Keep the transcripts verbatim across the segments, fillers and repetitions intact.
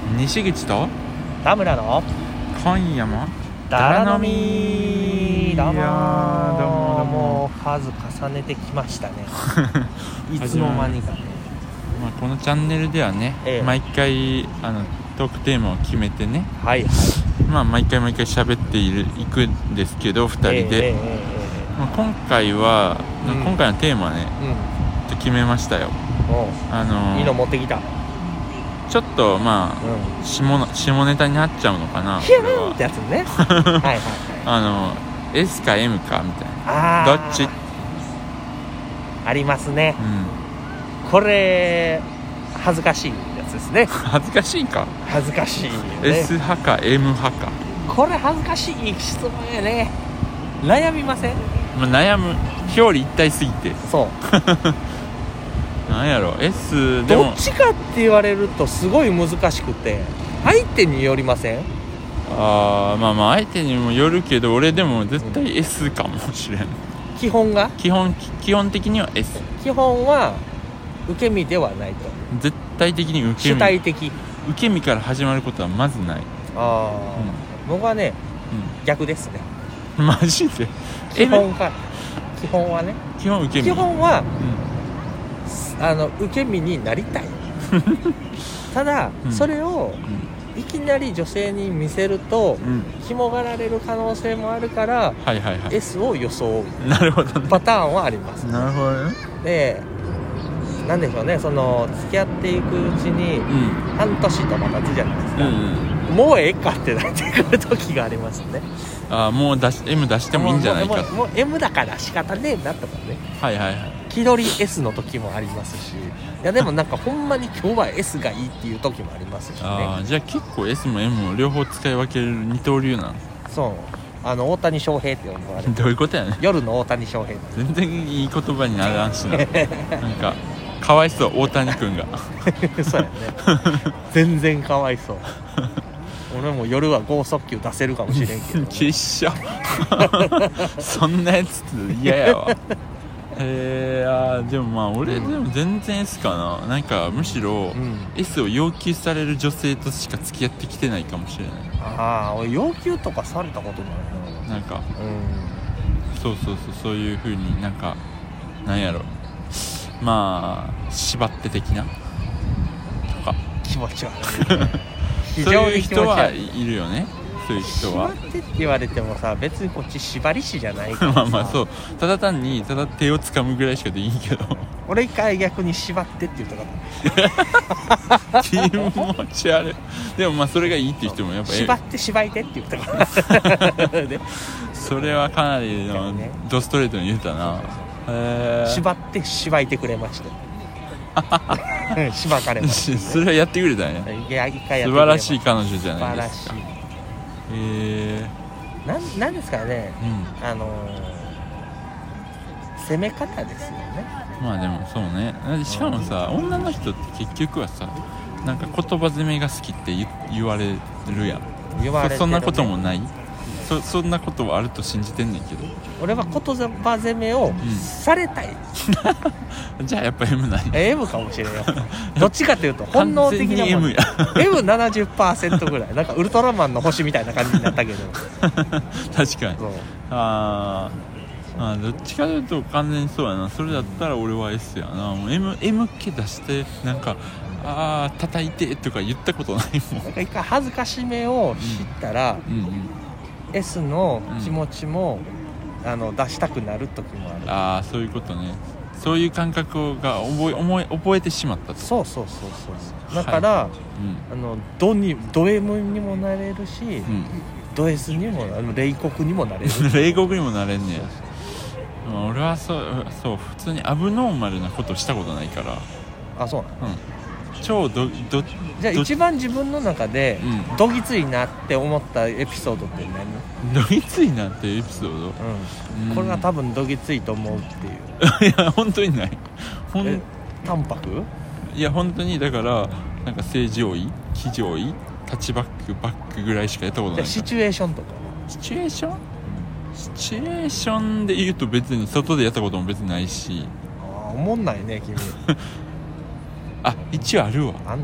西口と田村の今夜もダラ飲み。どうもいやーどうもどうももう数重ねてきましたねいつの間にかね、 まあ、このチャンネルではね、 ええ、 毎回あのトークテーマを決めてね、 はいはい、 まあ、毎回毎回喋っているいくんですけどふたりで、 ええええまあ、今回は、 うん、 今回のテーマね、 うん、 決めましたよ。あのー、 いいの持ってきた。 ちょっとまあ、うん、下, の下ネタになっちゃうのかな、 ヒューンってやつねはいはい、はい、 あの S か M かみたいな。あどっちありますね、うん、これ恥ずかしいやつですね恥ずかしいか恥ずかしいよね。 S 派か M 派か、 これ恥ずかしい質問やね。悩みません？ まあ、悩む。表裏一体すぎてそうなんやろ S でもどっちかって言われるとすごい難しくて、相手によりません？ あまあまあ相手にもよるけど、俺でも絶対 S かもしれん、うん、 基本が基本基本的には S。 基本は受け身ではないと。 絶対的に受け身、 主体的受け身から始まることはまずない。あ、 うん、僕はね、うん、逆ですね。 マジで基本か基本はね基本受け身。 基本は、うん、あの受け身になりたいただ、うん、それを、うん、いきなり女性に見せると、うん、肝がられる可能性もあるから、はいはいはい、S を装うなるほど、ね、 パターンはあります。 なるほどね。 でなんでしょうね、その付き合っていくうちに、うん、半年とか経つじゃないですか、うんうん、もうええかってなってくる時がありますね。 あもう出し M 出してもいいんじゃないか。 もう、もう、もう M だから仕方ねえなとかね、 はいはいはい、 気取り S の時もありますし、いやでもなんかほんまに今日は S がいいっていう時もありますしね。 あじゃあ結構 S も M も両方使い分ける二刀流なの。 そうあの大谷翔平って呼ばれてどういうことやねん。 夜の大谷翔平全然いい言葉にならんしななんかかわいそう大谷くんがそうやね全然かわいそう俺も夜は剛速球出せるかもしれんけどきっしょそんなやつ嫌やわへえー、でもまあ俺、うん、でも全然 S かな。なんかむしろ、うん、S を要求される女性としか付き合ってきてないかもしれない。ああ俺要求とかされたことないな。なんか、うん、そうそうそうそういう風になんかなんやろまあ縛って的なとか気持ち悪い、ね、非常に気持ち悪い。そういう人はいるよね。そういう人は縛ってって言われてもさ、別にこっち縛り師じゃないからまあまあそう、ただ単にただ手を掴むぐらいしかでいいけど俺一回逆に縛ってって言ったから気持ち悪い。でもまあそれがいいっていう人もやっぱ縛って縛いてって言ったからでそれはかなりのドストレートに言ったな。へ縛って縛いてくれました縛かれました、ね、 それはやってくれたんや。 いや一回やってくれました。 素晴らしい彼女じゃないですか。 素晴らしい。 えー、な, なんですかね、うん、あのー、攻め方ですよね。 まあでもそうね。しかもさ、女の人って結局はさ、なんか言葉攻めが好きって言われるやん。 言われてるね。 そ, そんなこともない。そ, そんなことはあると信じてんねんけど、 俺は言葉攻めをされたい、 うん、じゃあやっぱ M ない。 M かもしれんよどっちかというと本能的なもん M やエムななじゅっパーセント ぐらいなんかウルトラマンの星みたいな感じになったけど確かにああどっちかというと完全にそうやな。それだったら俺は S やな。もう M, M 気出してなんかあー叩いてとか言ったことないもん。 なんか一回恥ずかしめを知ったら、うんうんうん、S の気持ちも、うん、あの出したくなる時もある。 ああそういうことね。そういう感覚が覚え、思い覚えてしまったと。 そうそうそうそうだから、はい、うん、あのドにド M にもなれるし、うん、ド S にもあの冷酷にもなれる冷酷にもなれんねや。俺はそうそう普通にアブノーマルなことしたことないから。 あそうなの、うん超ドドじゃあ一番自分の中で、うん、どぎついなって思ったエピソードって何？ どぎついなってエピソード、 うんうん、これが多分どぎついと思うっていういや本当にないほんえ淡白？ いや本当にだからなんか正常位騎乗位タッチバックバックぐらいしかやったことないから。 シチュエーションとかシチュエーション、うん、シチュエーションで言うと別に外でやったことも別にないし。 ああおもんないね君あ、一応あるわ。 あんの？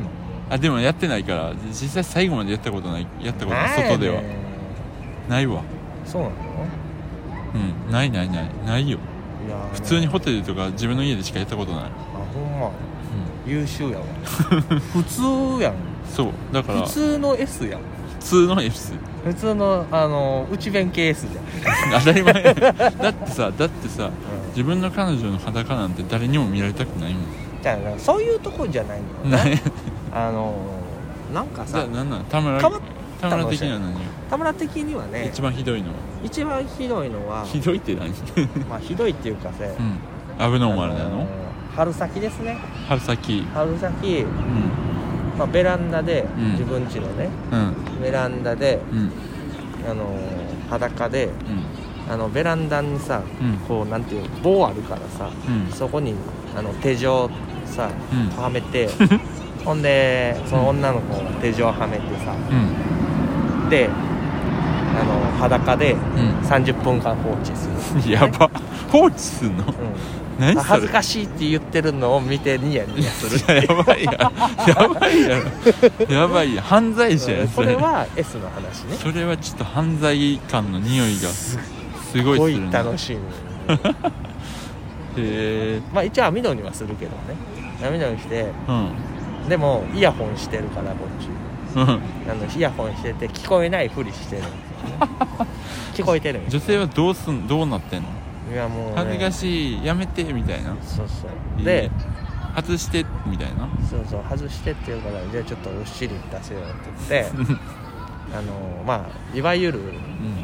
あでもやってないから実際最後までやったことないやったことない外ではないわ。 そうなの？ うんないないないないよ。 いや普通にホテルとか自分の家でしかやったことない。 あほんま、 うん、 優秀やわ普通やん。 そうだから普通の S やん。 普通の S 普通のあの内弁慶 S じゃん当たり前だってさだってさ、うん、自分の彼女の裸なんて誰にも見られたくないもん。 じゃあそういうとこじゃないのよねあのなんかさなんなん田村田村的には何よ。 田村的にはね一番ひどいのは一番ひどいのはひどいって何まあひどいっていうかさ、 うん、アブノーマルなの、あのー、 春先ですね。 春先春先、 うんまあ、ベランダで、うん、自分家のね、うん、ベランダで、うん、あのー、裸で、うん、あのベランダにさ、うん、こうなんていう棒あるからさ、うん、そこにあの手錠さ、うん、はめてほんでその女の子が手錠はめてさ、うん、であの裸でさんじゅっぷんかん放置する、 ね、やば放置すんの、うん、何それ恥ずかしいって言ってるのを見てニヤニヤするってやばいややばいややばいや犯罪者やそれは S の話ね。 それはちょっと犯罪感の匂いがすごいするね。 楽しい、ね、 へえ。 まあ一応網戸にはするけどね。網戸にして、うん、でもイヤホンしてるからこっち、うん、あのイヤホンしてて聞こえないふりしてるんですよ、ね、聞こえてるんですよ。 女性はどうすんどうなってんの？ いやもう、ね、 恥ずかしいやめてみたいな。 そうそうで外してみたいな。 そうそう外してって言うからじゃあちょっとお尻出せよって言ってあのまあいわゆる、うん、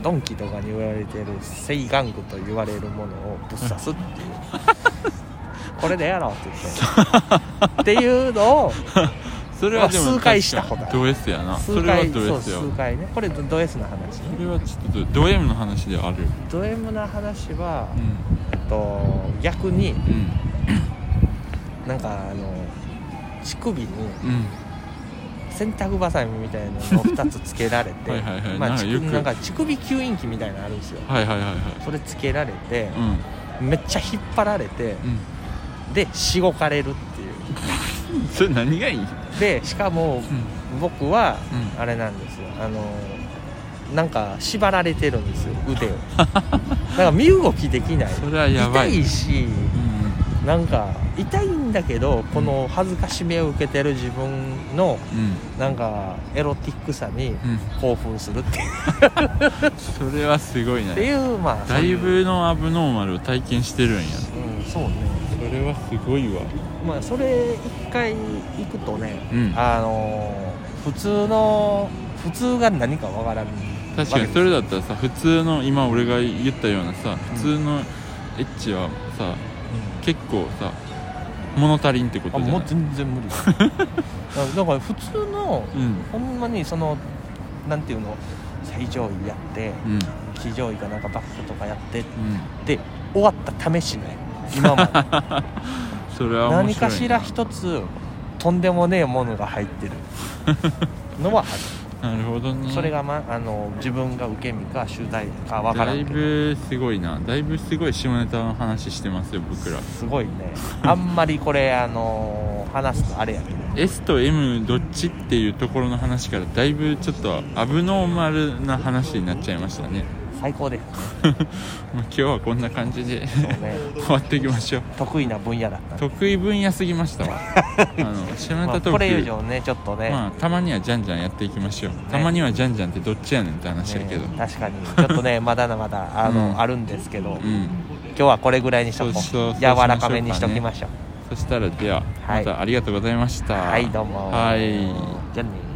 ドンキとかに言われてるセイ玩具と言われるものをぶっ刺すっていうこれでやろうって言ってっていうのをそれはでも数回したことある。 ド S やな。 数回それはド S や。 そう数回ね。これド S の話ね。 それはちょっとド M の話である。 ド M の話は、うん、えっと逆に、うん、なんかあの乳首に、うん洗濯バサミみたいなのをふたつつけられてはいはい、はいまあ、なんかなんか乳首吸引器みたいなのあるんですよ、 はいはいはいはい、 それつけられて、うん、めっちゃ引っ張られて、うん、でしごかれるっていうそれ何がいいでしかも、うん、僕は、うん、あれなんですよあのなんか縛られてるんですよ腕をだから身動きできない。 それはやばい。 痛いし、うん、なんか痛いんだけどこの恥ずかしめを受けてる自分の、うん、なんかエロティックさに興奮するっていう、 うん、それはすごいねっていうまあだいぶのアブノーマルを体験してるんや。 うんそうね。 それはすごいわ。 まあそれ一回行くとね、うん、あの普通の普通が何かわからん。 確かにそれだったらさ普通の今俺が言ったようなさ普通のエッチはさ、うん、結構さ物足りんってことじゃない？ あもう全然無理だから普通の、うん、ほんまにそのなんていうの最上位やって、うん、騎乗位かなんかバックとかやって、うん、で終わった試しない今までそれは面白いな。 何かしら一つとんでもねえものが入ってるのはある。 なるほどね。 それが、ま、あの自分が受け身か取材か分からんけどだいぶすごいな。だいぶすごい下ネタの話してますよ僕ら。 すごいねあんまりこれあの話すとあれやけど S と M どっちっていうところの話からだいぶちょっとアブノーマルな話になっちゃいましたね。 最高ですねまあ今日はこんな感じで、そう、ね、終わっていきましょう。 得意な分野だった得意分野すぎましたわあの下ネタトーク、まあ、 これ以上ねちょっとね、 まあ、たまにはじゃんじゃんやっていきましょう、ね、たまにはじゃんじゃんってどっちやねんって話だけど、 ね、確かにちょっとねまだまだあの、うん、あるんですけど、うん、今日はこれぐらいにしとこう。柔らかめにしときましょう。 そしたらでは、はい、またありがとうございました。 はいどうも。 はいじゃあね。